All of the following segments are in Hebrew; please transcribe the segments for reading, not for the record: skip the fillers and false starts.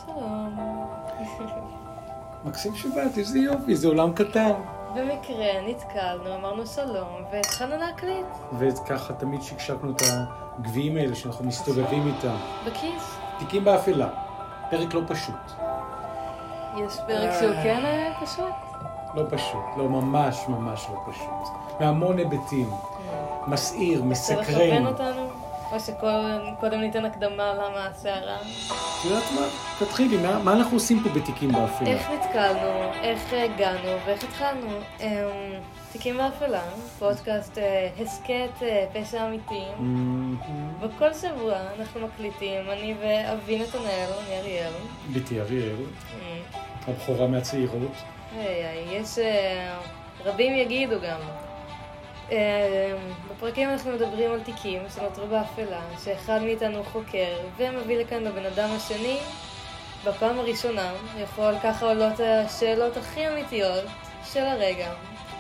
שלום. מקסים שבאת, איזה יופי, זה עולם קטן. במקרה נתקלנו, אמרנו שלום, והתחלנו להקליט. וככה תמיד שקשקנו את הגביעים האלה שאנחנו מסתובבים איתם. בכיס. תיקים באפלה, פרק לא פשוט. יש פרק שהוא כן פשוט? לא פשוט, לא ממש ממש לא פשוט. מהמון היבטים, מסעיר, מסקרן. רוצה לכוון אותנו? או שקודם ניתן הקדמה למה הסערה? את יודעת מה? תתחילי, מה אנחנו עושים פה בתיקים באפלה? איך נתקלנו, איך הגענו ואיך התחלנו? תיקים באפלה, פודקאסט הסקט פשע אמיתי. וכל שבוע אנחנו מקליטים, אני ואבי נתנאל, אני אריאל. ביתי אריאל, הבחורה מהצעירות. יש רבים יגידו גם. בפרקים אנחנו מדברים על תיקים שנותרו באפלה, שאחד מאיתנו חוקר ומביא לכאן לבן אדם השני. בפעם הראשונה יכול ככה עולות השאלות הכי אמיתיות של הרגע.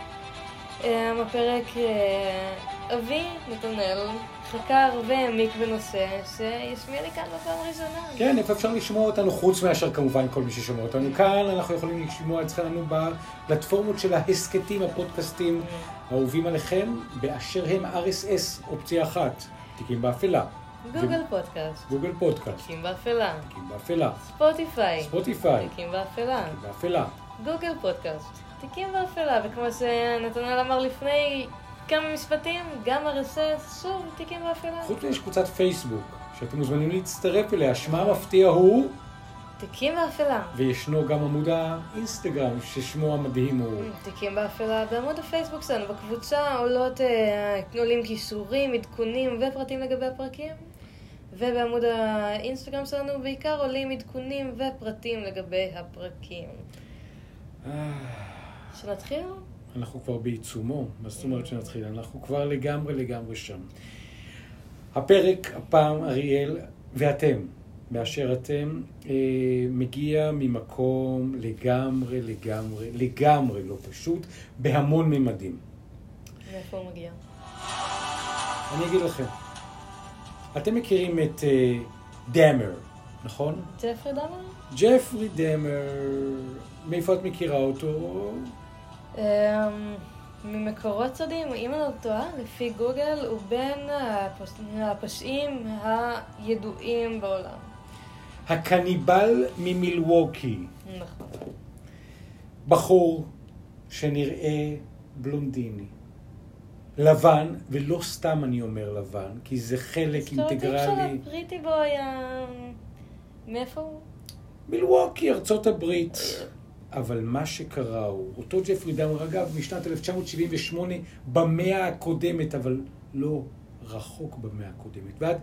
הפרק אבי נתנאל חקר והעמיק בנושא שישמיע לי כאן בפעם הראשונה. כן, איפה אפשר לשמוע אותנו חוץ מאשר כמובן כל מי ששומע אותנו כאן. אנחנו יכולים לשמוע אצלנו בפלטפורמות של ההסקטים, הפודקאסטים האהובים עליכם, באשר הם RSS, אופציה אחת, תיקים באפלה. גוגל פודקאסט. גוגל פודקאסט. תיקים באפלה. תיקים באפלה. ספוטיפיי. ספוטיפיי. תיקים באפלה. תיקים באפלה. גוגל פודקאסט. תיקים באפלה, וכמו שנתנאל אמר לפני כמה משפטים, גם RSS, שוב, תיקים באפלה. חוץ יש קבוצת פייסבוק, שאתם מוזמנים להצטרף אליה, שמה המפתיע הוא... תיקים באפלה. וישנו גם עמוד האינסטגרם, ששמו המדהים הוא... תיקים באפלה. בעמוד הפייסבוק שלנו, בקבוצה עולים קישורים, עדכונים ופרטים לגבי הפרקים. ובעמוד האינסטגרם שלנו בעיקר עולים עדכונים ופרטים לגבי הפרקים. שנתחיל? אנחנו כבר בעיצומו, מה זאת אומרת שנתחיל? אנחנו כבר לגמרי שם. הפרק, הפעם, אריאל, ואתם, באשר אתם, מגיע ממקום לגמרי לא פשוט, בהמון ממדים. מאיפה הוא מגיע? אני אגיד לכם. אתם מכירים את דמר, נכון? ג'פרי דמר? ג'פרי דמר. מאיפה את מכירה אותו? ממקורות סודיים, אם אני לא טועה, לפי גוגל הוא בין הפשעים הידועים בעולם. הקניבל ממילווקי. נכון. בחור שנראה בלונדיני. לבן, ולא סתם אני אומר לבן, כי זה חלק אינטגרלי. סטריאוטיפ של הפריטי בוי, מאיפה הוא? מילווקי, ארצות הברית. אבל מה שקרה הוא, אותו ג'פרי דמר, אגב, משנת 1978, במאה הקודמת, אבל לא רחוק במאה הקודמת, ועד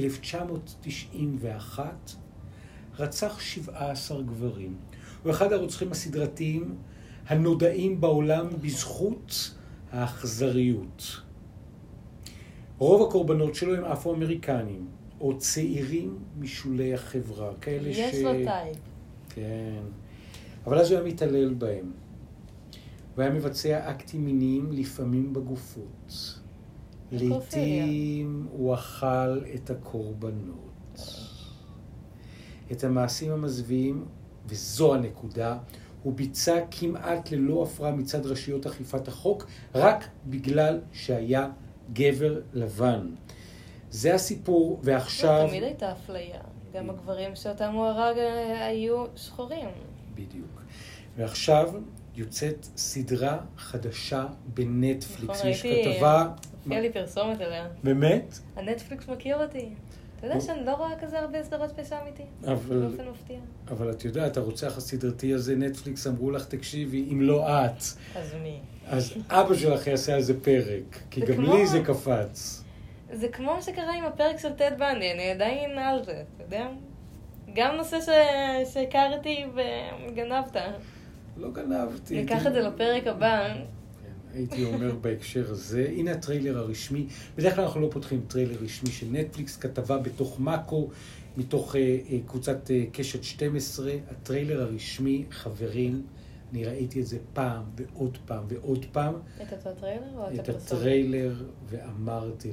1991, רצח 17 גברים. הוא אחד הרוצחים הסדרתיים הנודעים בעולם בזכות האכזריות. רוב הקורבנות שלו הם אפרו-אמריקנים, או צעירים משולי החברה, כאלה יש לו טייפ. כן. אבל אז הוא היה מתעלל בהם. הוא היה מבצע אקטים מיניים לפעמים בגופות. לעתים הוא אכל את הקורבנות. את המעשים המזוויעים, וזו הנקודה, הוא ביצע כמעט ללא הפרעה מצד רשויות אכיפת החוק, רק בגלל שהיה גבר לבן. זה הסיפור, ועכשיו... תמיד הייתה אפליה. גם הגברים שאותם הוא הרג היו שחורים. בדיוק. ועכשיו יוצאת סדרה חדשה בנטפליקס. יש כתבה... הופיע לי פרסומת עליה. באמת? הנטפליקס מכיר אותי. אתה יודע שאני לא רואה כזה הרבה סדרות פשע אמיתי? באופן מפתיע. אבל את יודעת, הרוצח הסדרתי הזה, נטפליקס, אמרו לך, תקשיבי, אם לא את. אז מי? אז אבא שלך יעשה על זה פרק, כי גם לי זה קפץ. זה כמו מה שקרה עם הפרק של טד בנדי, אני עדיין על זה, אתה יודע? גם נושא שהכרתי וגנבת. לא גנבתי. ניקח את זה לפרק הבא. הייתי אומר בהקשר הזה, הנה הטריילר הרשמי. בדרך כלל אנחנו לא פותחים טריילר רשמי של נטפליקס, כתבה בתוך מאקו, מתוך קבוצת קשת 12. הטריילר הרשמי, חברים, אני ראיתי את זה פעם ועוד פעם ועוד פעם. את אותו טריילר או את הפרסומת? את הטריילר, ואמרתי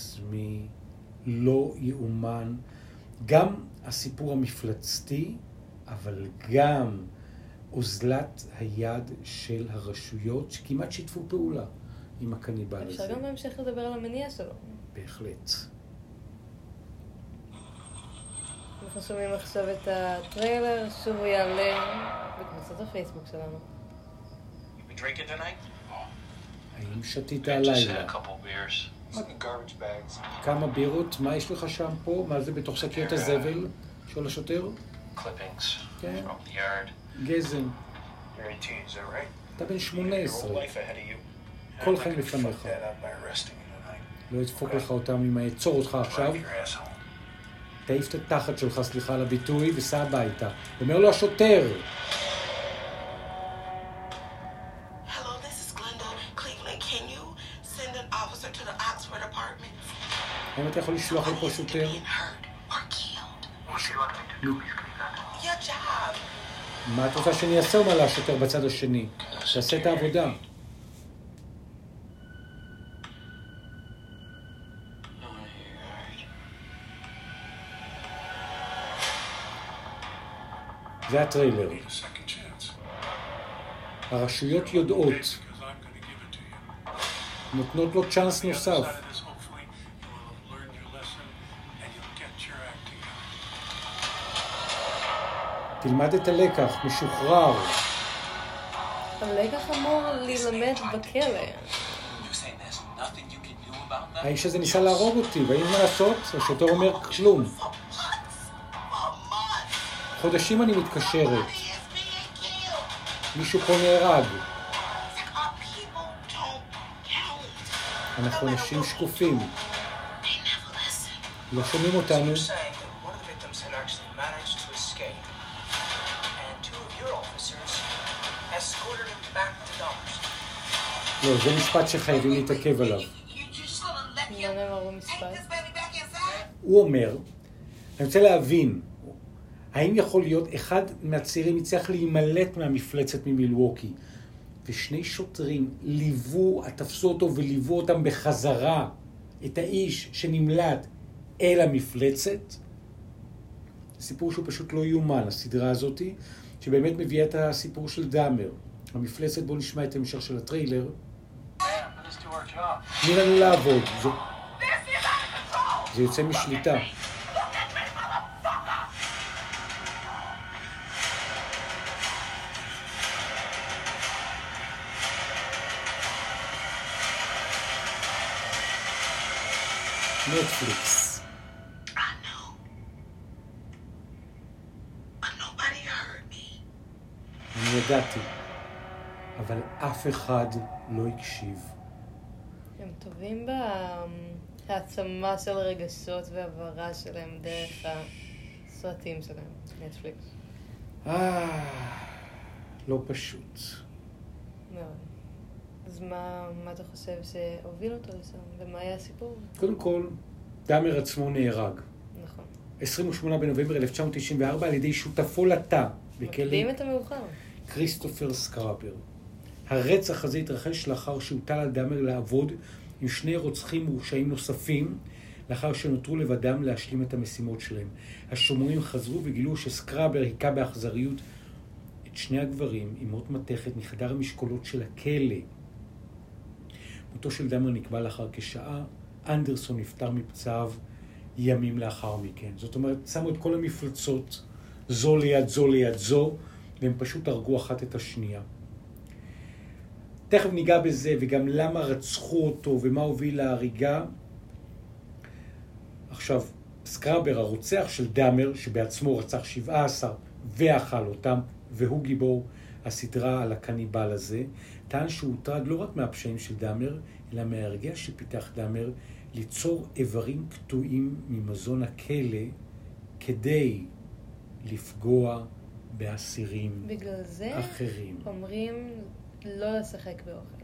לעצמי, לא יאומן. גם הסיפור המפלצתי אבל גם אוזלת היד של הרשויות שכמעט שיתפו פעולה עם הקניבל הזה. אפשר גם בהמשך לדבר על המניע שלו. בהחלט. אנחנו שומעים עכשיו את הטריילר, שוב הוא יעלה בקבוצת הפייסבוק שלנו. האם שתית הלילה? כמה בירות? מה יש לך שם פה? מה זה בתוך שקיות הזבל של השוטר? כן. גזם. אתה בן 18. כל חיים לפניך. לא ידפוק לך אותם אם יעצור אותך עכשיו. תעיף את התחת שלך, סליחה על הביטוי, וסע הביתה. אומר לו השוטר. האם אתה יכול לשלוח לפה שוטר? מה את רוצה שאני אעשה אומר לשוטר בצד השני? תעשה את העבודה. זה הטריילר. הרשויות יודעות. נותנות לו צ'אנס נוסף. תלמד את הלקח, משוחרר. הלקח אמור להילמד בכלא. האיש הזה ניסה להרוג אותי, ואין מה לעשות? השוטר אומר כלום. חודשים אני מתקשרת. מישהו פה נהרג. אנחנו אנשים שקופים. לא שומעים אותנו. לא, זה משפט שחייבים להתעכב עליו. מה נאמר במשפט? הוא אומר, אני רוצה להבין, האם יכול להיות אחד מהצעירים יצטרך להימלט מהמפלצת ממילווקי, ושני שוטרים תפסו אותו וליוו אותם בחזרה, את האיש שנמלט אל המפלצת? סיפור שהוא פשוט לא יומן, הסדרה הזאת, שבאמת מביאה את הסיפור של דאמר. המפלצת, בואו נשמע את המשך של הטריילר. תני לנו לעבוד. זה יוצא משליטה. נטפליקס. אני ידעתי, אבל אף אחד לא הקשיב. הם טובים בהעצמה של רגשות והעברה שלהם דרך הסרטים שלהם, נטפליקס. לא פשוט. מאוד. אז מה אתה חושב שהוביל אותו לשם? ומה היה הסיפור? קודם כל, דאמר עצמו נהרג. נכון. 28 בנובמבר 1994 על ידי שותפו לתא. מקדים את המאוחר. כריסטופר סקראבר. הרצח הזה התרחש לאחר שהוטל על דאמר לעבוד עם שני רוצחים מורשעים נוספים, לאחר שנותרו לבדם להשלים את המשימות שלהם. השומרים חזרו וגילו שסקראבר היכה באכזריות את שני הגברים עם מות מתכת מחדר המשקולות של הכלא. מותו של דאמר נקבע לאחר כשעה, אנדרסון נפטר מפצעיו ימים לאחר מכן. זאת אומרת, שמו את כל המפלצות זו ליד זו ליד זו, והם פשוט הרגו אחת את השנייה. תכף ניגע בזה, וגם למה רצחו אותו ומה הוביל להריגה. עכשיו, סקראבר, הרוצח של דאמר, שבעצמו רצח 17 ואכל אותם, והוא גיבור הסדרה על הקניבל הזה, טען שהוא הוטרד לא רק מהפשעים של דאמר, אלא מההרגל שפיתח דאמר ליצור איברים קטועים ממזון הכלא כדי לפגוע באסירים אחרים. בגלל זה אומרים לא לשחק באוכל.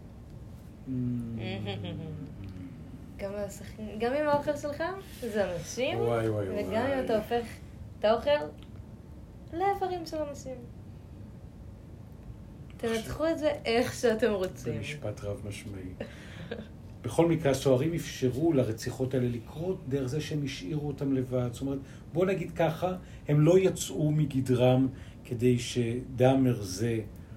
גם עם האוכל שלך זה אנשים, וגם אם אתה הופך את האוכל לאיברים של אנשים. תנתחו את זה איך שאתם רוצים. במשפט רב משמעי. בכל מקרה, הסוהרים אפשרו לרציחות האלה לקרות דרך זה שהם השאירו אותם לבד. זאת אומרת, בוא נגיד ככה, הם לא יצאו מגדרם כדי שדאמר זה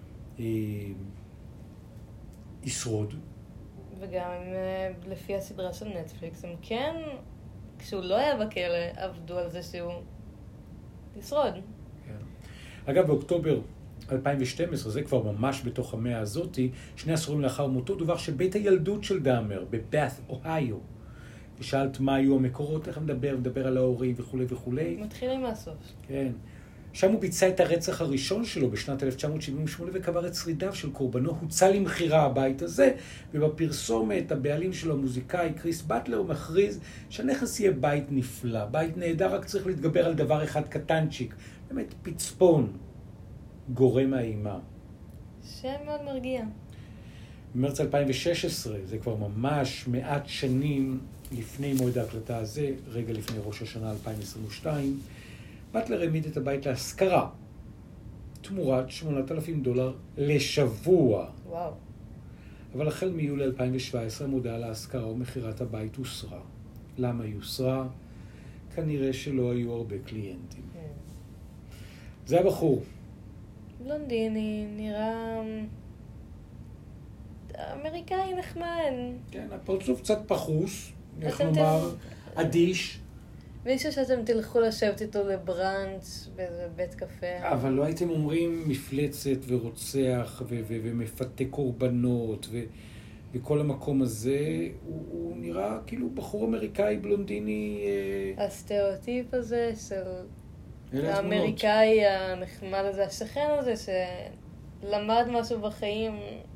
ישרוד. וגם לפי הסדרה של נטפליקס, הם כן, כשהוא לא היה בכלא, עבדו על זה שהוא ישרוד. כן. אגב, באוקטובר 2012, זה כבר ממש בתוך המאה הזאת, 2 עשורים לאחר מותו, דווח שבית הילדות של דאמר, בבת, אוהיו, ושאלת מה היו המקורות, איך מדבר על ההורים וכו' וכו'. מתחילים מהסוף. כן. שם הוא ביצע את הרצח הראשון שלו בשנת 1978 וקבר את שרידיו של קורבנו. הוצא למחירה הבית הזה, ובפרסומת הבעלים שלו, המוזיקאי קריס בטלר, הוא מכריז שהנכס יהיה בית נפלא, בית נהדר, רק צריך להתגבר על דבר אחד קטנצ'יק, באמת פצפון, גורם האימה. שם מאוד מרגיע. במרץ 2016, זה כבר ממש מעט שנים לפני מועד ההקלטה הזה, רגע לפני ראש השנה 2022, בטלר העמיד את הבית להשכרה, תמורת $8,000 לשבוע. וואו. אבל החל מיולי 2017 המודעה להשכרה ומחירת הבית הוסרה. למה היא הוסרה? כנראה שלא היו הרבה קליינטים. זה הבחור. בלונדיני, נראה אמריקאי נחמד. כן, הפרצוף קצת פחוס, איך נאמר, אדיש. מישהו שאתם תלכו לשבת איתו לבראנץ' באיזה בית קפה. אבל לא הייתם אומרים מפלצת ורוצח ומפתה קורבנות וכל המקום הזה, הוא נראה כאילו בחור אמריקאי בלונדיני. הסטריאוטיפ הזה של האמריקאי הנחמד הזה, השכן הזה שלמד משהו בחיים,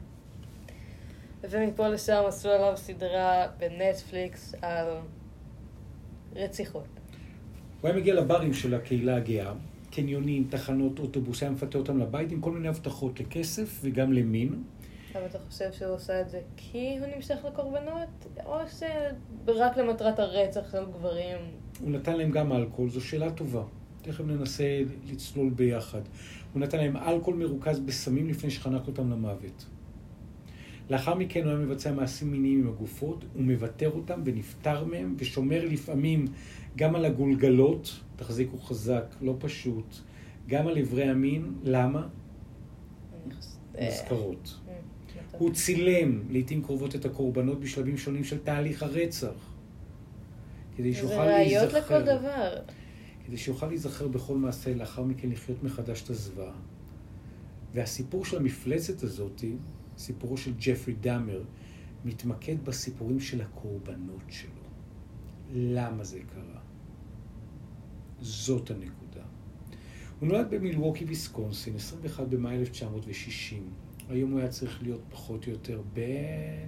ומפה לשם עשו עליו סדרה בנטפליקס על רציחות. הוא היה מגיע לברים של הקהילה הגאה, קניונים, תחנות, אוטובוס, היה מפתה אותם לבית עם כל מיני הבטחות לכסף וגם למין. אבל אתה חושב שהוא עושה את זה כי הוא נמשך לקורבנות, או שרק למטרת הרצח של גברים? הוא נתן להם גם אלכוהול, זו שאלה טובה. תכף ננסה לצלול ביחד. הוא נתן להם אלכוהול מרוכז בסמים לפני שחנק אותם למוות. לאחר מכן הוא היה מבצע מעשים מיניים עם הגופות, הוא מבטר אותם ונפטר מהם, ושומר לפעמים גם על הגולגלות, תחזיקו חזק, לא פשוט, גם על עברי המין. למה? מזכרות. הוא צילם לעתים קרובות את הקורבנות בשלבים שונים של תהליך הרצח. כדי שיוכל להיזכר. זה ראיות לכל דבר. כדי שיוכל להיזכר בכל מעשה, לאחר מכן לחיות מחדש את הזוועה. והסיפור של המפלצת הזאת, סיפורו של ג'פרי דאמר, מתמקד בסיפורים של הקורבנות שלו. למה זה קרה? זאת הנקודה. הוא נולד במילווקי, ויסקונסין, 21 במאי 1960. היום הוא היה צריך להיות פחות או יותר בין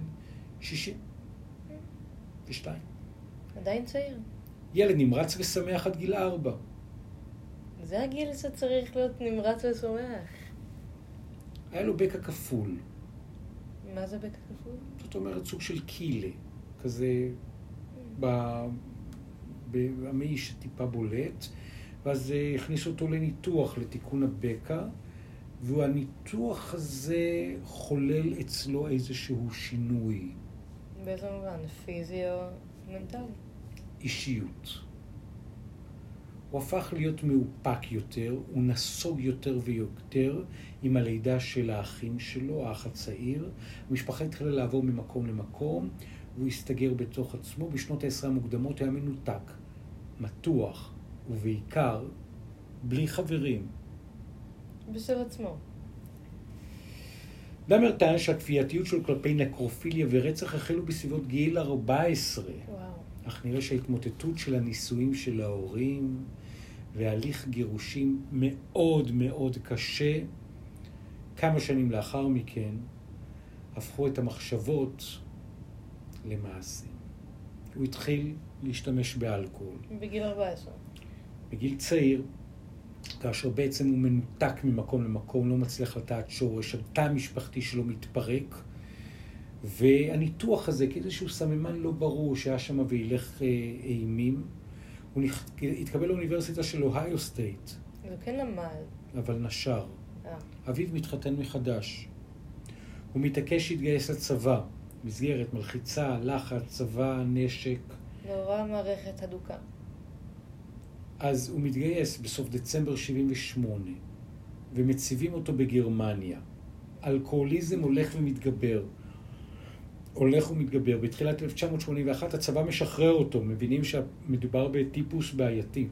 62. עדיין צעיר. ילד נמרץ ושמח עד גיל 4. זה הגיל שצריך להיות נמרץ ושמח. היה לו בקע כפול. מה זה בקע כפול? זאת אומרת סוג של קילה, כזה במעי שטיפה בולט, ואז הכניסו אותו לניתוח לתיקון הבקע, והניתוח הזה חולל אצלו איזשהו שינוי. באיזה מובן? פיזי או מנטלי? אישיות. הוא הפך להיות מאופק יותר, הוא נסוג יותר ויותר עם הלידה של האחים שלו, האח הצעיר. המשפחה התחילה לעבור ממקום למקום, והוא הסתגר בתוך עצמו. בשנות ה-10 המוקדמות היה מנותק, מתוח, ובעיקר בלי חברים. בשל עצמו. דאמר טען שהכפייתיות שלו כלפי נקרופיליה ורצח החלו בסביבות גיל 14. וואו. אך נראה שההתמוטטות של הנישואים של ההורים והליך גירושים מאוד מאוד קשה, כמה שנים לאחר מכן, הפכו את המחשבות למעשים. הוא התחיל להשתמש באלכוהול. בגיל 14. בגיל צעיר, כאשר בעצם הוא מנותק ממקום למקום, לא מצליח לטעת שורש, התא המשפחתי שלו מתפרק, והניתוח הזה, כאיזשהו סממן לא ברור שהיה שם וילך אימים, הוא התקבל לאוניברסיטה של אוהיו סטייט. הוא כן למד. אבל נשר. אביו מתחתן מחדש. הוא מתעקש להתגייס לצבא, מסגרת, מלחיצה, לחץ, צבא, נשק. נורא מערכת הדוקה. אז הוא מתגייס בסוף דצמבר 78, ומציבים אותו בגרמניה. אלכוהוליזם הולך ומתגבר. בתחילת 1981 הצבא משחרר אותו, מבינים שמדובר בטיפוס בעייתי.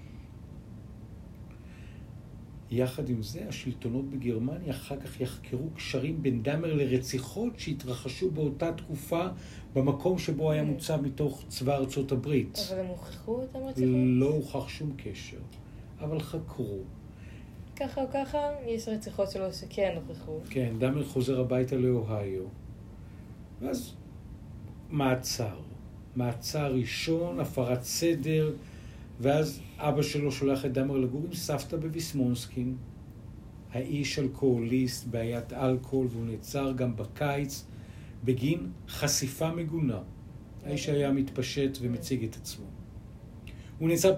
יחד עם זה, השלטונות בגרמניה אחר כך יחקרו קשרים בין דאמר לרציחות שהתרחשו באותה תקופה במקום שבו היה מוצב מתוך צבא ארצות הברית. אבל הם הוכחו אותם רציחות? לא הוכח שום קשר, אבל חקרו. ככה או ככה, יש רציחות שלו שכן הוכחו. כן, דאמר חוזר הביתה לאוהיו. ואז מעצר ראשון, הפרת סדר, ואז אבא שלו שולח את דאמר לגור עם סבתא בוויסמונסקין. האיש אלכוהוליסט, בעיית אלכוהול, והוא נעצר גם בקיץ בגין חשיפה מגונה. האיש היה מתפשט ומציג את עצמו. הוא נעצר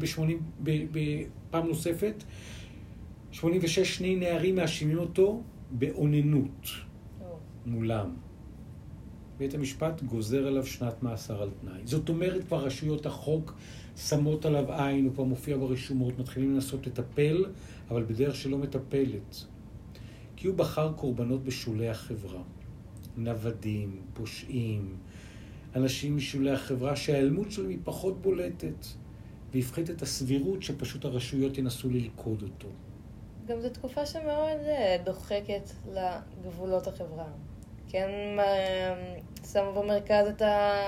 פעם נוספת, 86 שני נערים מאשימים אותו באוננות מולם. בית המשפט גוזר עליו שנת מאסר על תנאי. זאת אומרת, כבר רשויות החוק שמות עליו עין, הוא כבר מופיע ברשומות, מתחילים לנסות לטפל, אבל בדרך שלא מטפלת. כי הוא בחר קורבנות בשולי החברה. נוודים, פושעים, אנשים משולי החברה שהאלמות שלהם היא פחות בולטת, והפחית את הסבירות שפשוט הרשויות ינסו ללכוד אותו. גם זו תקופה שמאוד דוחקת לגבולות החברה. כן, שמו במרכז את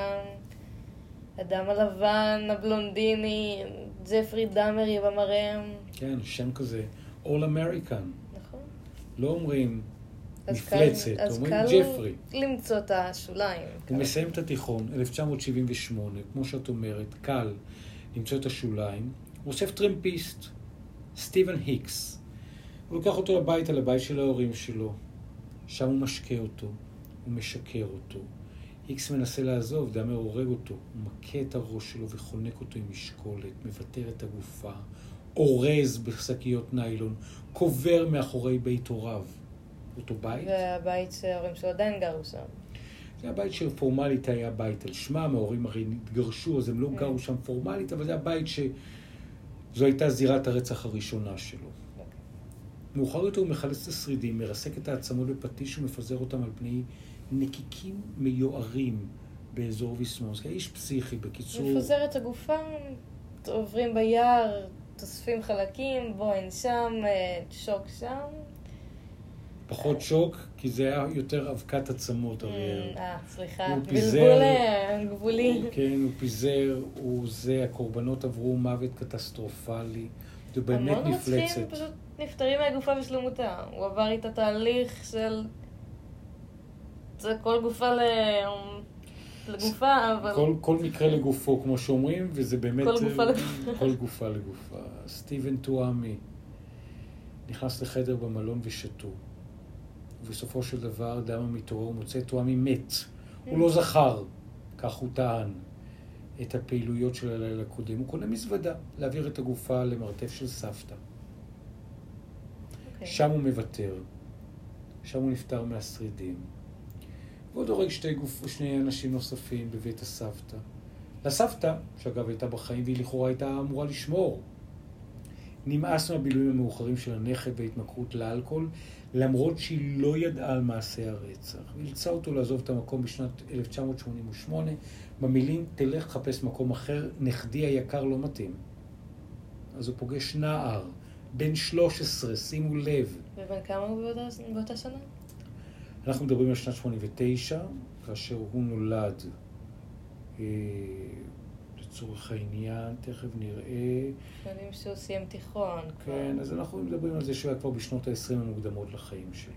האדם הלבן, הבלונדיני, ג'פרי דאמרי במראה. כן, שם כזה, All American. נכון. לא אומרים מפלצת, אומרים ג'פרי. אז קל למצוא את השוליים. הוא מסיים את התיכון, 1978, כמו שאת אומרת, קל למצוא את השוליים. הוא אוסף טרמפיסט, סטיבן היקס. הוא לוקח אותו הביתה, לבית של ההורים שלו. שם הוא משקה אותו, הוא משקר אותו. היקס מנסה לעזוב, דאמר הורג אותו. הוא מכה את הראש שלו וחונק אותו עם משקולת, מבטר את הגופה, אורז בשקיות ניילון, קובר מאחורי בית הוריו. אותו בית? והבית שההורים שלו עדיין גרו שם. זה הבית שפורמלית היה בית על שמם, ההורים הרי התגרשו, אז הם לא גרו שם פורמלית, אבל זה הבית שזו הייתה זירת הרצח הראשונה שלו. מאוחר יותר הוא מחלץ את השרידים, מרסק את העצמות בפטיש ומפזר אותם על פני נקיקים מיוערים באזור ויסמונסק. האיש פסיכי, בקיצור. מפזר את הגופה, עוברים ביער, תוספים חלקים, בוהן שם, שוק שם. פחות שוק, כי זה היה יותר אבקת עצמות, הרי. סליחה, בלבול גבולי. כן, הוא פיזר, הקורבנות עברו מוות קטסטרופלי. זה באמת המון מפלצת. רוצחים פשוט נפטרים מהגופה בשלמותה. הוא עבר איתה תהליך של... זה כל גופה לגופה, אבל... כל מקרה לגופו, כמו שאומרים, וזה באמת... כל גופה לגופה. כל גופה לגופה. סטיבן טועמי נכנס לחדר במלון ושתו. ובסופו של דבר, דאמר מתעורר, הוא מוצא טועמי מת. הוא לא זכר, כך הוא טען, את הפעילויות של הלילה הקודם. הוא קונה מזוודה, להעביר את הגופה למרתף של סבתא. שם הוא מוותר. שם הוא נפטר מהשרידים. ועוד הורג שני אנשים נוספים בבית הסבתא. לסבתא, שאגב הייתה בחיים והיא לכאורה הייתה אמורה לשמור, נמאס מהבילויים המאוחרים של הנכד וההתמכרות לאלכוהול, למרות שהיא לא ידעה על מעשה הרצח. היא אילצה אותו לעזוב את המקום בשנת 1988, במילים, תלך תחפש מקום אחר, נכדי היקר לא מתאים. אז הוא פוגש נער, בן 13, שימו לב. ובן כמה הוא באותה שנה? אנחנו מדברים על שנת 89, כאשר הוא נולד, לצורך העניין, תכף נראה. שנים שהוא סיים תיכון. כן, אז אנחנו מדברים על זה שהוא היה כבר בשנות ה-20 המוקדמות לחיים שלו.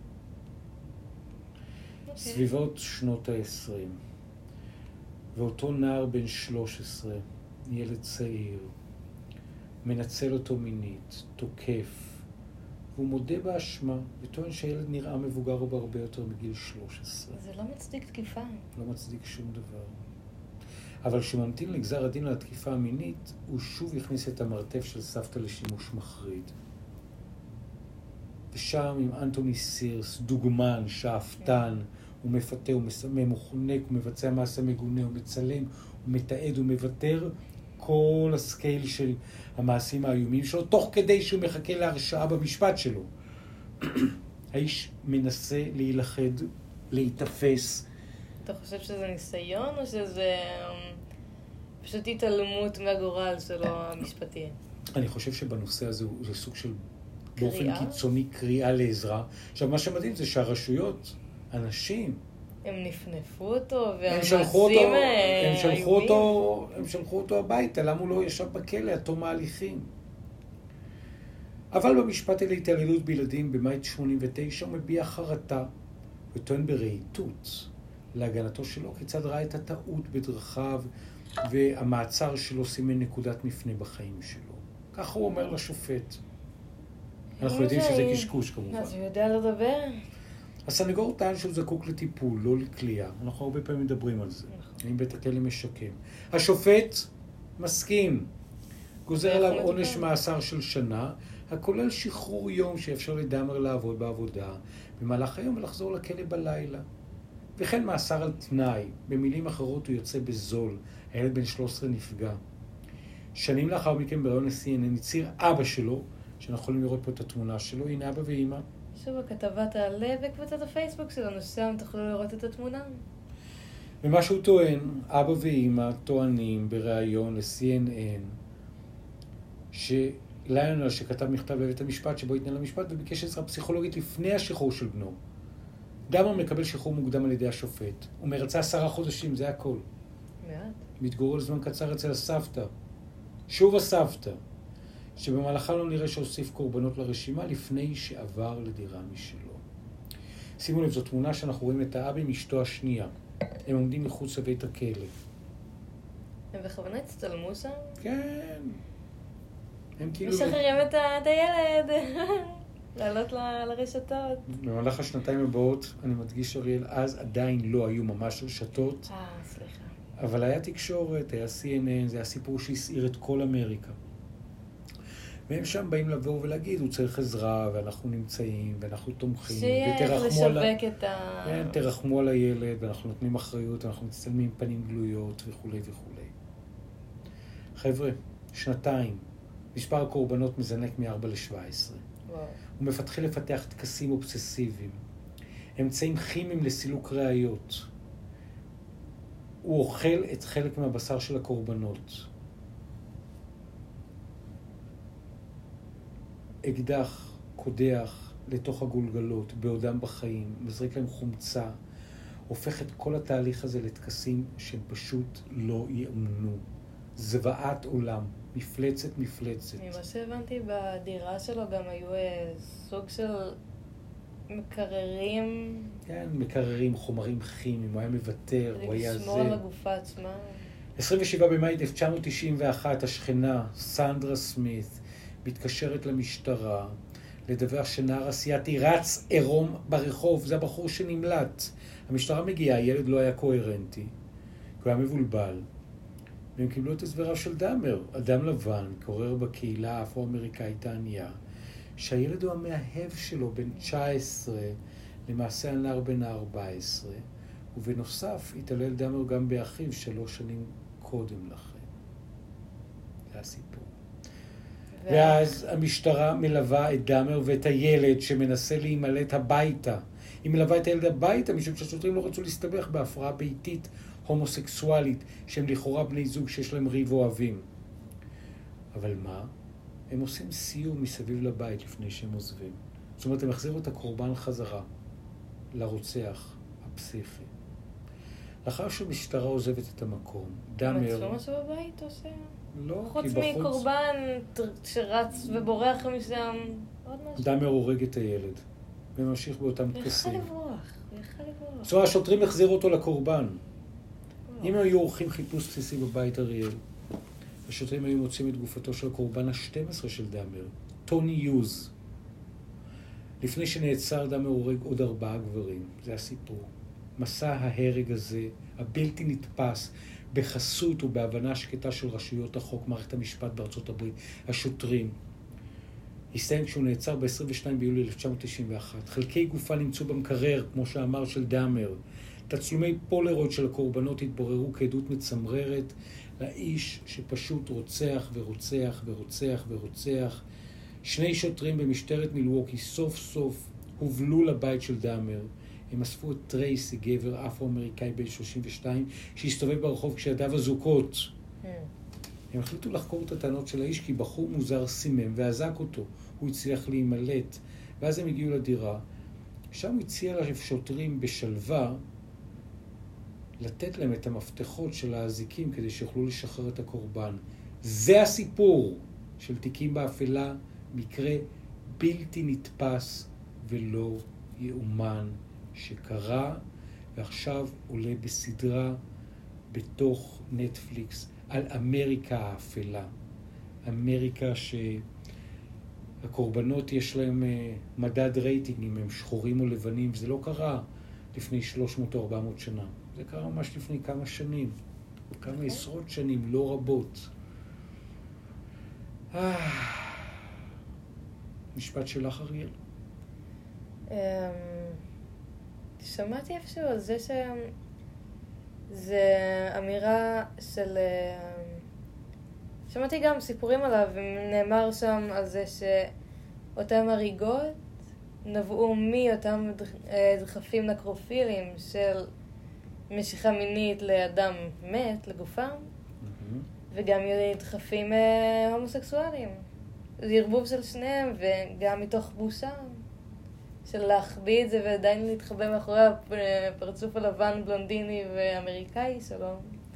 סביבות שנות ה-20. ואותו נער בן 13, ילד צעיר, מנצל אותו מינית, תוקף, והוא מודה באשמה, וטוען שהילד נראה מבוגר או בהרבה יותר מגיל 13. זה לא מצדיק תקיפה. לא מצדיק שום דבר. אבל כשממתין לגזר הדין על התקיפה המינית, הוא שוב הכניס את המרתף של סבתא לשימוש מחריד. ושם עם אנטוני סירס, דוגמן, שאפתן, הוא מפתה, הוא מסמם, הוא חונק, הוא מבצע מעשה מגונה, הוא מצלם, הוא מתעד, הוא מוותר, כל הסקייל של המעשים האיומים שלו, תוך כדי שהוא מחכה להרשעה במשפט שלו. האיש מנסה להילחד, להתאפס. אתה חושב שזה ניסיון או שזה פשוט התעלמות מהגורל שלו המשפטי? אני חושב שבנושא הזה זה סוג של באופן קיצוני קריאה לעזרה. עכשיו, מה שמדהים זה שהרשויות, אנשים, הם נפנפו אותו, הם שלחו אותו הביתה, למה הוא לא ישב בכלא עד תום ההליכים? אבל במשפט על התעללות בילדים במאי 89 הוא מביע חרטה וטוען ברהיטות להגנתו שלו כיצד ראה את הטעות בדרכיו והמעצר שלו סימן נקודת מפנה בחיים שלו. ככה הוא אומר לשופט. אנחנו יודעים שזה קשקוש כמובן. אז הוא יודע לדבר? הסנגור טען שהוא זקוק לטיפול, לא לכלייה. אנחנו הרבה פעמים מדברים על זה. אם בית הכלא משקם. השופט מסכים. גוזר עליו עונש מאסר של שנה, הכולל שחרור יום שאפשר לדאמר לעבוד בעבודה, במהלך היום ולחזור לכלא בלילה. וכן מאסר על תנאי. במילים אחרות הוא יוצא בזול. הילד בן 13 נפגע. שנים לאחר מכן בראיון ל-CNN הצהיר אבא שלו, שאנחנו יכולים לראות פה את התמונה שלו, הנה אבא ואמא. שוב, הכתבה תעלה בקבוצת הפייסבוק שלנו, שם תוכלו לראות את התמונה. ומה שהוא טוען, אבא ואמא טוענים בראיון ל-CNN, שליונל שכתב מכתב לבית המשפט שבו התנהל המשפט וביקש עזרה פסיכולוגית לפני השחרור של בנו. דאמר מקבל שחרור מוקדם על ידי השופט. הוא מרצה 10 חודשים, זה הכל. מעט. מתגורר לזמן קצר אצל הסבתא. שוב הסבתא. שבמהלכה לא נראה שהוסיף קורבנות לרשימה לפני שעבר לדירה משלו. שימו לב, זו תמונה שאנחנו רואים את האבא עם אשתו השנייה. הם עומדים מחוץ לבית הכלא. הם בכוונה הצטלמו שם? כן. הם כאילו... משחררים את הילד. לעלות לרשתות. במהלך השנתיים הבאות, אני מדגיש אריאל, אז עדיין לא היו ממש רשתות. סליחה. אבל היה תקשורת, היה CNN, זה היה סיפור שהסעיר את כל אמריקה. והם שם באים לבוא ולהגיד, הוא צריך עזרה, ואנחנו נמצאים, ואנחנו תומכים. שיהיה לשווק את ה... כן, תרחמו על הילד, ואנחנו נותנים אחריות, ואנחנו מצטלמים פנים גלויות וכו' וכו'. חבר'ה, שנתיים, מספר הקורבנות מזנק מ-4 ל-17. וואו. הוא מתחיל לפתח תקסים אובססיביים, אמצעים כימיים לסילוק ראיות. הוא אוכל את חלק מהבשר של הקורבנות. אקדח, קודח לתוך הגולגלות, בעודם בחיים, מזריק להם חומצה, הופך את כל התהליך הזה לתקסים שהם פשוט לא יאמנו. זוועת עולם, מפלצת. ממה שהבנתי בדירה שלו גם היו סוג של מקררים. כן, מקררים, חומרים כימיים, הוא היה מוותר, הוא היה זה. לשמור על הגופה עצמה. 27 במאי 1991, השכנה, סנדרה סמית, מתקשרת למשטרה, לדווח שנער אסיאתי רץ עירום ברחוב, זה הבחור שנמלט. המשטרה מגיעה, הילד לא היה קוהרנטי, הוא היה מבולבל. והם קיבלו את הסבריו של דאמר, אדם לבן, קורר בקהילה האפרו-אמריקאית הענייה, שהילד הוא המאהב שלו, בן 19, למעשה הנער בן 14, ובנוסף התעלל דאמר גם באחיו 3 שנים קודם לכן. זה הסיפור. ואז המשטרה מלווה את דאמר ואת הילד שמנסה להימלט הביתה. היא מלווה את הילד הביתה משום שהשוטרים לא רצו להסתבך בהפרעה ביתית הומוסקסואלית, שהם לכאורה בני זוג שיש להם ריב אוהבים. אבל מה? הם עושים סיור מסביב לבית לפני שהם עוזבים. זאת אומרת, הם החזירו את הקורבן חזרה לרוצח הפסיכי. לאחר שהמשטרה עוזבת את המקום, דאמר... מצלו משהו בבית עושה? לא, חוץ מקורבן שרץ ובורח משם, עוד משהו. דאמר הורג את הילד, וממשיך באותם טקסים. הוא יכל לברוח. זאת אומרת, השוטרים החזירו אותו לקורבן. אם היו עורכים חיפוש בסיסי בבית אריאל, השוטרים היו מוצאים את גופתו של הקורבן ה-12 של דאמר, טוני יוז. לפני שנעצר, דאמר הורג עוד 4 גברים. זה הסיפור. מסע ההרג הזה, הבלתי נתפס, בחסות ובהבנה שקטה של רשויות החוק, מערכת המשפט בארצות הברית, השוטרים. הסתיים כשהוא נעצר ב-22 ביולי 1991. חלקי גופה נמצאו במקרר, כמו שאמר, של דאמר. תצלומי פולרויד של הקורבנות התבררו כעדות מצמררת לאיש שפשוט רוצח ורוצח ורוצח ורוצח. 2 שוטרים במשטרת מילווקי סוף סוף הובלו לבית של דאמר. הם אספו את טרייסי, גבר אפרו-אמריקאי בן 32, שהסתובב ברחוב כשידיו אזוקות. הם החליטו לחקור את הטענות של האיש כי בחור מוזר סימם ואזק אותו. הוא הצליח להימלט, ואז הם הגיעו לדירה. שם הוא הציע לשוטרים בשלווה לתת להם את המפתחות של האזיקים כדי שיוכלו לשחרר את הקורבן. זה הסיפור של תיקים באפלה, מקרה בלתי נתפס ולא יאומן שקרה, ועכשיו עולה בסדרה בתוך נטפליקס על אמריקה האפלה. אמריקה שהקורבנות יש להם מדד רייטינג, אם הם שחורים או לבנים, וזה לא קרה לפני 300 או 400 שנה. זה קרה ממש לפני כמה שנים, כמה עשרות שנים, לא רבות. משפט שלך, אריאל? שמעתי איפשהו על זה זה אמירה של... שמעתי גם סיפורים עליו, ונאמר שם על זה שאותם הריגות נבעו מאותם דחפים נקרופילים של משיכה מינית לאדם מת, לגופם, וגם דחפים הומוסקסואליים. זה ערבוב של שניהם, וגם מתוך בושה של להחביא את זה ועדיין להתחבא מאחורי הפרצוף הלבן, בלונדיני ואמריקאי שלו.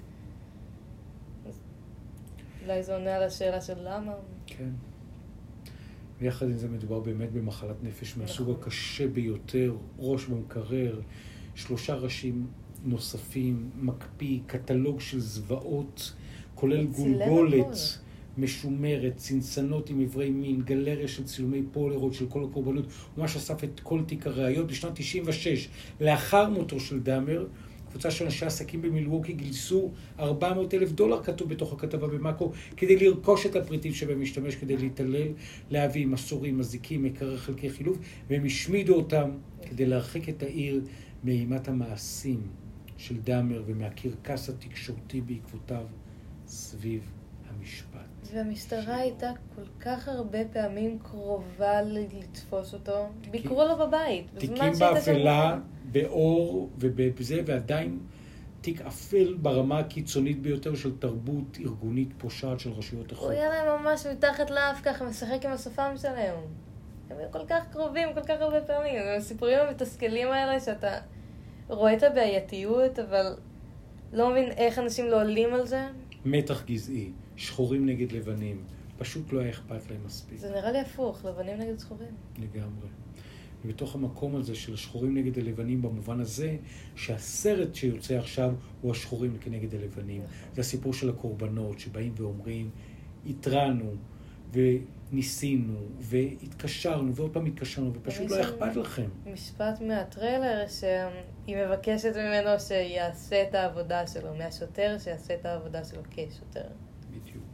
אולי זה עונה על השאלה של למה. כן. ויחד עם זה מדובר באמת במחלת נפש מהסוג הקשה ביותר, ראש במקרר, 3 ראשים נוספים, מקפיא, קטלוג של זוועות, כולל גולגולת משומרת, צנצנות עם עברי מין, גלריה של צילומי פולרויד של כל הקורבנות. הוא ממש אסף את כל תיק הראיות. בשנת 96, לאחר מותו של דאמר, קבוצה של אנשי עסקים במילווקי גייסו $400,000, כתוב בתוך הכתבה במאקו, כדי לרכוש את הפריטים שבהם משתמש כדי להתעלל, להביא מסורים, מזיקים, מקרר, חלקי חילוף, והם השמידו אותם כדי להרחיק את העיר מאימת המעשים של דאמר ומהקרקס התקשורתי בעקבותיו סביב המשפט. והמשטרה הייתה כל כך הרבה פעמים קרובה לתפוס אותו. ביקרו לו בבית. תיקים באפלה, באור ובזה, ועדיין תיק אפל ברמה הקיצונית ביותר של תרבות ארגונית פושעת של רשויות החוק. הוא היה להם ממש מתחת לאף ככה, משחק עם השפם שלהם. הם היו כל כך קרובים, כל כך הרבה פעמים. הסיפורים המתסכלים האלה שאתה רואה את הבעייתיות, אבל לא מבין איך אנשים לא עולים על זה. מתח גזעי, שחורים נגד לבנים, פשוט לא היה אכפת להם מספיק. זה נראה לי הפוך, לבנים נגד שחורים. לגמרי. ובתוך המקום הזה של השחורים נגד הלבנים, במובן הזה שהסרט שיוצא עכשיו הוא השחורים כנגד הלבנים. זה הסיפור של הקורבנות שבאים ואומרים, התרענו וניסינו והתקשרנו ועוד פעם התקשרנו ופשוט לא אכפת לכם. משפט מהטריילר שהיא מבקשת ממנו שיעשה את העבודה שלו, מהשוטר שיעשה את העבודה שלו כשוטר. בדיוק.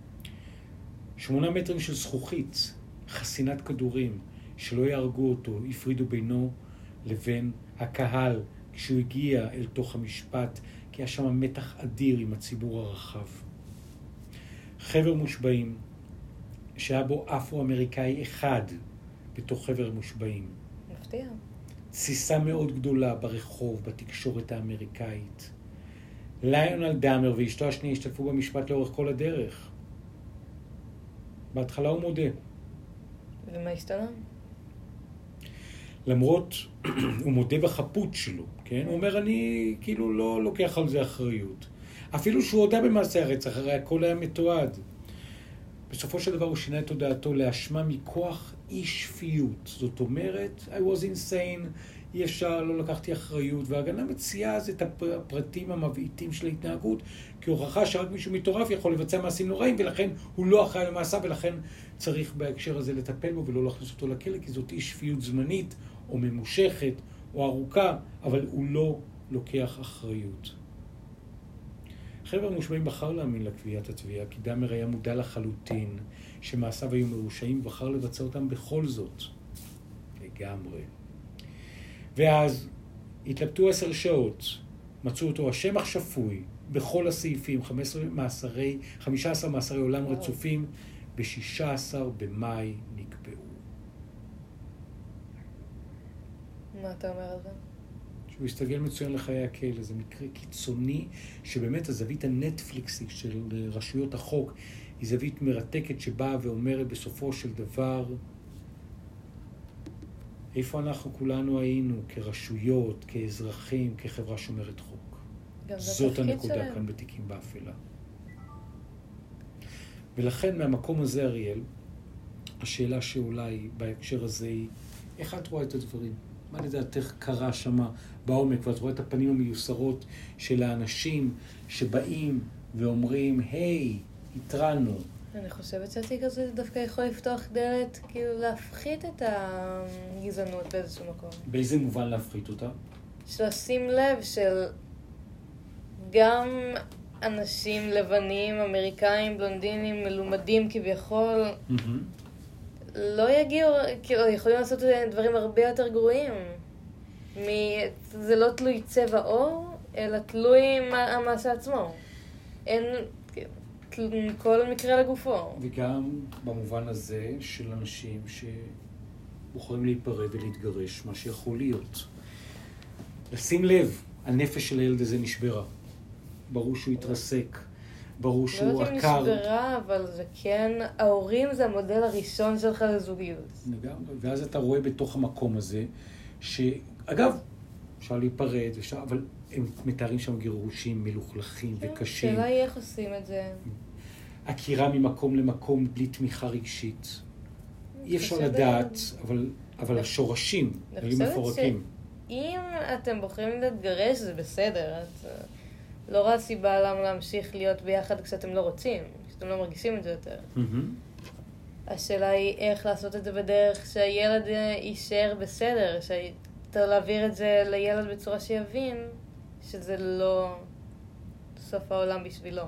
8 מטרים של זכוכית, חסינת כדורים, שלא יהרגו אותו, הפרידו בינו לבין הקהל כשהוא הגיע אל תוך המשפט, כי היה שם מתח אדיר עם הציבור הרחב. חבר מושבעים, שהיה בו אפרו-אמריקאי אחד בתוך חבר מושבעים. מפתיע. תסיסה מאוד גדולה ברחוב, בתקשורת האמריקאית. ליונל דאמר ואשתו השנייה השתתפו במשפט לאורך כל הדרך. בהתחלה הוא מודה. ומה השתנה? למרות, הוא מודה בחפות שלו, כן? הוא אומר, אני כאילו לא לוקח על זה אחריות. אפילו שהוא הודה במעשה הרצח, הרי הכל היה מתועד. בסופו של דבר הוא שינה את הודעתו לאשמה מכוח אי שפיות. זאת אומרת, I was insane, אי אפשר, לא לקחתי אחריות, וההגנה מציעה אז את הפרטים המבעיטים של ההתנהגות, כהוכחה שרק מישהו מטורף יכול לבצע מעשים נוראים, ולכן הוא לא אחראי למעשה, ולכן צריך בהקשר הזה לטפל בו ולא להכניס אותו לכלא, כי זאת אי שפיות זמנית או ממושכת או ארוכה, אבל הוא לא לוקח אחריות. חבר המושבעים בחר להאמין לקביעת התביעה, כי דאמר היה מודע לחלוטין שמעשיו היו מרושעים, ובחר לבצע אותם בכל זאת. לגמרי. ואז התלבטו 10 שעות, מצאו אותו השמח שפוי בכל הסעיפים, 15 מאסרי עולם רצופים, ב-16 במאי נקבעו. מה אתה אומר על זה? שהוא הסתגל מצוין לחיי הכלא, זה מקרה קיצוני, שבאמת הזווית הנטפליקסית של רשויות החוק היא זווית מרתקת שבאה ואומרת בסופו של דבר, איפה אנחנו כולנו היינו כרשויות, כאזרחים, כחברה שומרת חוק. זאת הנקודה שלהם. כאן בתיקים באפלה. ולכן מהמקום הזה, אריאל, השאלה שאולי בהקשר הזה היא, איך את רואה את הדברים? מה לדעתך קרה שמה בעומק, ואת רואה את הפנים המיוסרות של האנשים שבאים ואומרים, היי, התרענו. אני חושבת שהתיק הזה דווקא יכול לפתוח דלת, כאילו להפחית את הגזענות באיזשהו מקום. באיזה מובן להפחית אותה? לשים לב של גם אנשים לבנים, אמריקאים, בלונדינים, מלומדים כביכול, לא יגיעו, כאילו, יכולים לעשות דברים הרבה יותר גרועים. זה לא תלוי צבע עור, אלא תלוי המעשה עצמו. אין כל מקרה לגופו. וגם במובן הזה של אנשים שבוחרים להיפרד ולהתגרש, מה שיכול להיות. לשים לב, הנפש של הילד הזה נשברה. ברור שהוא התרסק. ברור שהוא עקר. לא יודעת אם נשברה, אבל זה כן, ההורים זה המודל הראשון שלך לזוגיות. לגמרי, ואז אתה רואה בתוך המקום הזה, שאגב, אפשר להיפרד, אבל הם מתארים שם גירושים מלוכלכים וקשים. שאלה היא איך עושים את זה. עקירה ממקום למקום בלי תמיכה רגשית. אי אפשר לדעת, אבל השורשים היו מפורקים. אם אתם בוחרים להתגרש, זה בסדר. לא רואה סיבה למה להמשיך להיות ביחד כשאתם לא רוצים, כשאתם לא מרגישים את זה יותר. השאלה היא איך לעשות את זה בדרך שהילד יישאר בסדר, להעביר את זה לילד בצורה שיבין שזה לא סוף העולם בשבילו.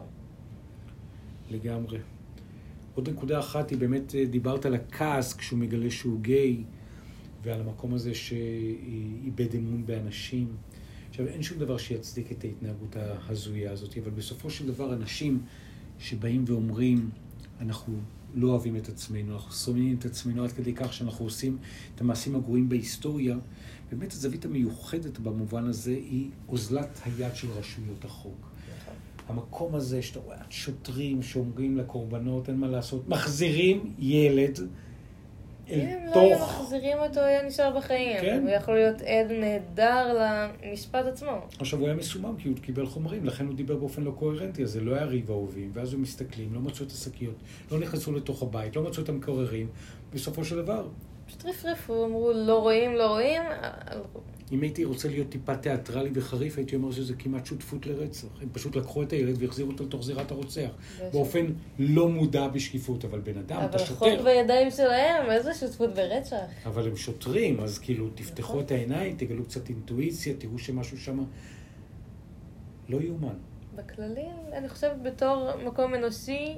לגמרי. עוד נקודה אחת היא באמת, דיברת על הכעס כשהוא מגלה שהוא גיי, ועל המקום הזה שאיבד אמון באנשים. עכשיו, אין שום דבר שיצדיק את ההתנהגות ההזויה הזאת, אבל בסופו של דבר אנשים שבאים ואומרים, אנחנו לא אוהבים את עצמנו, אנחנו שונאים את עצמנו עד כדי כך שאנחנו עושים את המעשים הגרועים בהיסטוריה, באמת הזווית המיוחדת במובן הזה היא אוזלת היד של רשויות החוק. המקום הזה שאתה רואה שוטרים שאומרים לקורבנות, אין מה לעשות, מחזירים ילד אל תוך... אם לא היו מחזירים אותו, היה נשאר בחיים. כן? הוא יכול להיות עד נהדר למשפט עצמו. עכשיו, הוא היה מסומם כי הוא קיבל חומרים, לכן הוא דיבר באופן לא קוהרנטי, אז זה לא היה ריב אהובים, ואז הם מסתכלים, לא מצאו את השקיות, לא נכנסו לתוך הבית, לא מצאו את המקוררים, בסופו של דבר. פשוט רפרפו, אמרו, לא רואים, לא רואים. אם הייתי רוצה להיות טיפה תיאטרלי וחריף, הייתי אומר שזה כמעט שותפות לרצח. הם פשוט לקחו את הילד והחזירו אותו לתוך זירת הרוצח. באופן לא מודע בשקיפות, אבל בן אדם, אתה שוטר. אבל החוק בידיים שלהם, איזה שותפות ברצח. אבל הם שוטרים, אז כאילו תפתחו את העיניים, תגלו קצת אינטואיציה, תראו שמשהו שם לא יאומן. בכללי, אני חושבת בתור מקום אנושי,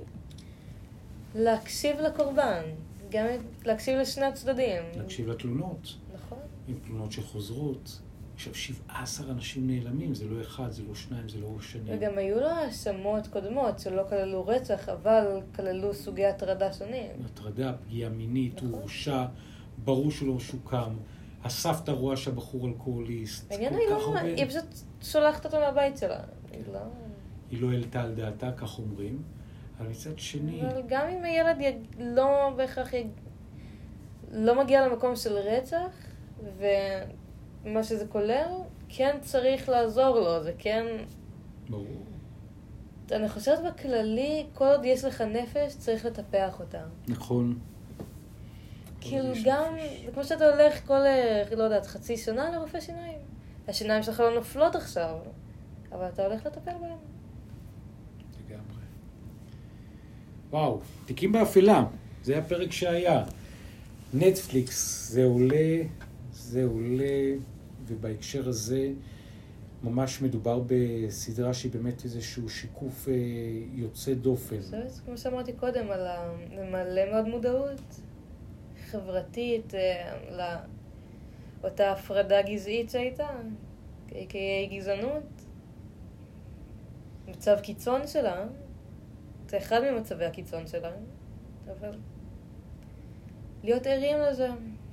להקשיב לקורבן. גם להקשיב לשני הצדדים. להקשיב לתלונות. נכון. עם תלונות שחוזרות. עכשיו, 17 אנשים נעלמים, זה לא אחד, זה לא שניים, זה לא שנים. וגם היו לו האשמות קודמות שלא כללו רצח, אבל כללו סוגי הטרדה שונים. הטרדה, פגיעה מינית, נכון. הוא הורשע, ברור שהוא לא שוקם. הסבתא רואה שהבחור אלכוהוליסט. העניין היא פשוט שולחת אותו מהבית שלה. היא לא העלתה על דעתה, כך אומרים. אבל מצד שני... אבל גם אם הילד לא בהכרח לא מגיע למקום של רצח, ומה שזה כולל, כן צריך לעזור לו, זה כן... ברור. אני חושבת בכללי, כל עוד יש לך נפש, צריך לטפח אותה. נכון. כאילו גם, זה כמו שאתה הולך כל, לא יודעת, חצי שנה לרופא שיניים. השיניים שלך לא נופלות עכשיו, אבל אתה הולך לטפל בהם. לגמרי. וואו, תיקים באפלה. זה הפרק שהיה. נטפליקס, זה עולה, ובהקשר הזה ממש מדובר בסדרה שהיא באמת איזשהו שיקוף יוצא דופן. כמו שאמרתי קודם, על מלא מאוד מודעות חברתית, לאותה הפרדה גזעית שהייתה, גזענות. מצב קיצון שלה, זה אחד ממצבי הקיצון שלה, אבל להיות ערים לזה.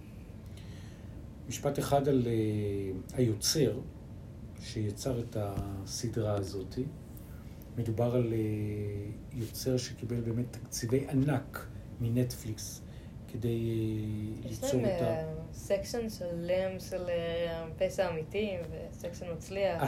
משפט אחד על היוצר שיצר את הסדרה הזאת. מדובר על יוצר שקיבל באמת תקציבי ענק מנטפליקס כדי ליצור אותה. יש להם סקשן שלם של פשע אמיתי וסקשן מצליח.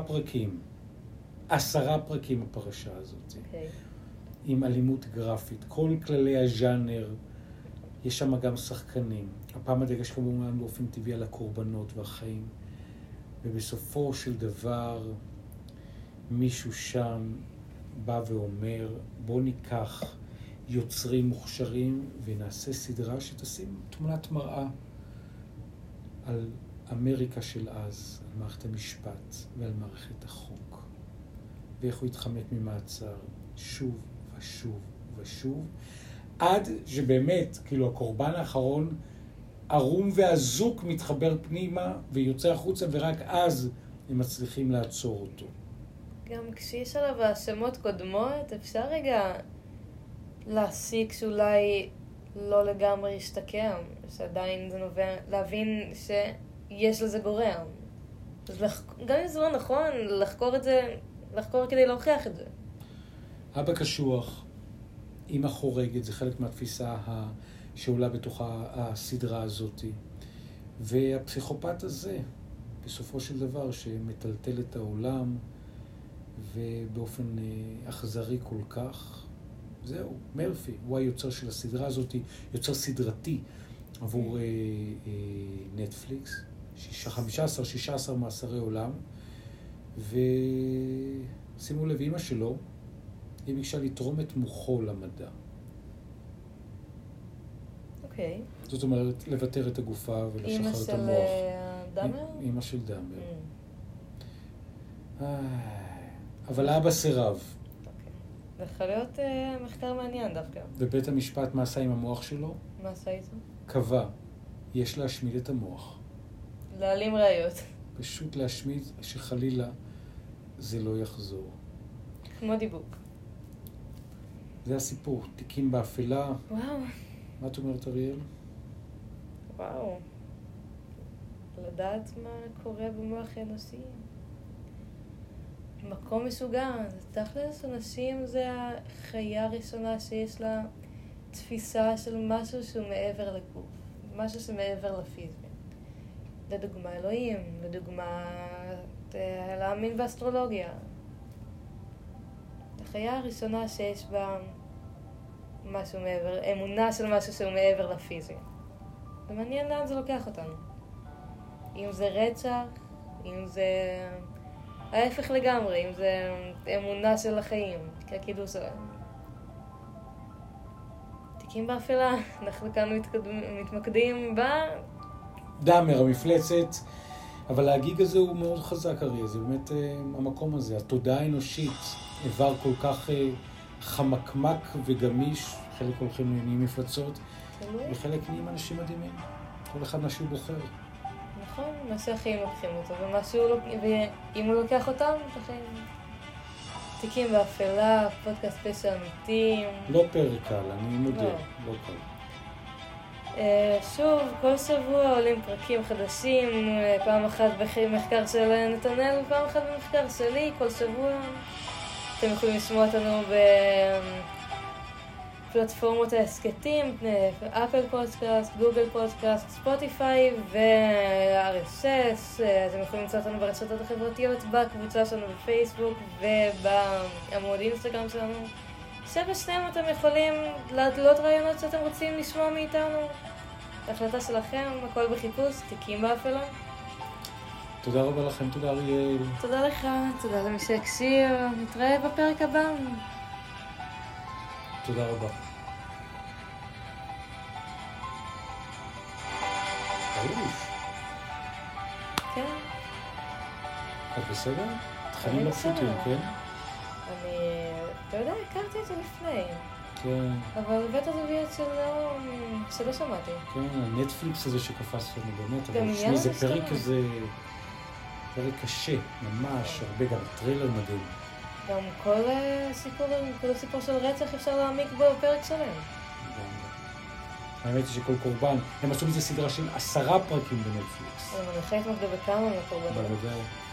10 פרקים הפרשה הזאת. Okay. עם אלימות גרפית, כל כללי הז'אנר, יש שם גם שחקנים. הפעם הדגש כמובן באופן טבעי על הקורבנות והחיים. ובסופו של דבר, מישהו שם בא ואומר, בוא ניקח יוצרים מוכשרים ונעשה סדרה שתשים תמונת מראה על אמריקה של אז, על מערכת המשפט ועל מערכת החוק. ואיך הוא התחמק ממעצר שוב ושוב ושוב, עד שבאמת, כאילו הקורבן האחרון ערום ואזוק מתחבר פנימה ויוצא החוצה, ורק אז הם מצליחים לעצור אותו. גם כשיש עליו האשמות קודמות, אפשר רגע להסיק שאולי לא לגמרי ישתקם, שעדיין זה נובע, להבין שיש לזה גורם. אז גם אם זה לא נכון, לחקור את זה, לחקור כדי להוכיח את זה. אבא קשוח, אמא חורגת, זה חלק מהתפיסה שעולה בתוך הסדרה הזאת. והפסיכופת הזה, בסופו של דבר, שמטלטל את העולם, ובאופן אכזרי כל כך, זהו, מרפי, הוא היוצר של הסדרה הזאת, יוצר סדרתי עבור נטפליקס, 15-16 מאסרי עולם, ושימו לב, אמא שלו, היא ביקשה לתרום את מוחו למדע. אוקיי. זאת אומרת, לוותר את הגופה ולשחרר את המוח. אמא של דאמר? אמא של דאמר. אבל אבא סירב. זה יכול להיות מחקר מעניין דווקא. ובית המשפט, מה עשה עם המוח שלו? מה עשה איתו? קבע, יש להשמיד את המוח. להעלים ראיות. פשוט להשמיד שחלילה זה לא יחזור. כמו דיבוק. זה הסיפור, תיקים באפלה. וואו. מה את אומרת, אריאל? וואו. לדעת מה קורה במוח האנושי. מקום משוגע. תכלס, אנשים זה החיה הראשונה שיש לה תפיסה של משהו שהוא מעבר לגוף. משהו שמעבר לפיזי. לדוגמה אלוהים, לדוגמה להאמין באסטרולוגיה. החיה הראשונה שיש בה משהו מעבר, אמונה של משהו שהוא מעבר לפיזי. זה מעניין לאן זה לוקח אותנו. אם זה רצח, אם זה ההפך לגמרי, אם זה אמונה של החיים, כקידוש שלהם. תיקים באפלה, אנחנו כאן מתמקדים דאמר, המפלצת, אבל הגיג הזה הוא מאוד חזק, אריה, זה באמת המקום הזה, התודעה האנושית, איבר כל כך חמקמק וגמיש, חלק הולכים נהיים מפלצות, וחלק נהיים אנשים מדהימים, כל אחד מה שהוא בוחר. נכון, מה שהחיים לוקחים אותו, ואם הוא לוקח אותם, החיים. תיקים באפלה, פודקאסט פשע אמיתי. לא פרק קל, אני מודה, לא קל. שוב, כל שבוע עולים פרקים חדשים, פעם אחת במחקר של נתנאל ופעם אחת במחקר שלי, כל שבוע. אתם יכולים לשמוע אותנו בפלטפורמות ההסקטים, אפל פודקאסט, גוגל פודקאסט, ספוטיפיי ו-RSS. אתם יכולים למצוא אותנו ברשתות החברתיות, בקבוצה שלנו בפייסבוק ובעמוד אינסטגרם שלנו. שבשניהם אתם יכולים להעלות רעיונות שאתם רוצים לשמוע מאיתנו. ההחלטה שלכם, הכל בחיפוש, תיקים באפלה. תודה רבה לכם, תודה אריאל. תודה לך, תודה למי שהקשיב. נתראה בפרק הבא. תודה רבה. כן. את בסדר? תכנים לא פשוטים, כן? אתה יודע, הכרתי את זה לפני. כן. אבל בית הזוויות שלא שמעתי. כן, הנטפליקס הזה שקפץ לנו באמת, גם אבל שמי זה פרק כזה, פרק קשה, ממש, הרבה, גם טריילר מדהים. גם כל סיפור של רצח אפשר להעמיק בו פרק שלם. האמת היא שכל קורבן, הם עשו מזה סדרה של 10 פרקים בנטפליקס. אני מניחה התמקדה בכמה מהקורבנות. בוודאי.